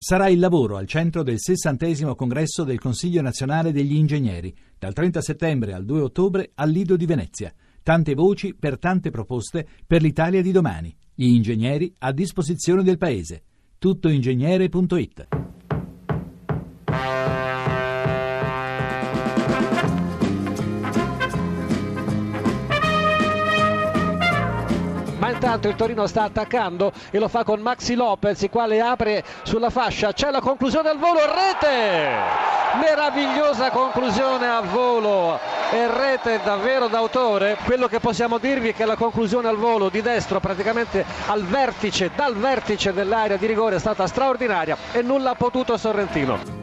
Sarà il lavoro al centro del 60° congresso del Consiglio Nazionale degli Ingegneri, dal 30 settembre al 2 ottobre al Lido di Venezia. Tante voci per tante proposte per l'Italia di domani. Gli ingegneri a disposizione del Paese. Tuttoingegnere.it. Ma intanto il Torino sta attaccando e lo fa con Maxi Lopez, il quale apre sulla fascia, c'è la conclusione al volo, rete! Meravigliosa conclusione a volo e rete davvero d'autore. Quello che possiamo dirvi è che la conclusione al volo di destro, praticamente dal vertice dell'area di rigore, è stata straordinaria e nulla ha potuto Sorrentino.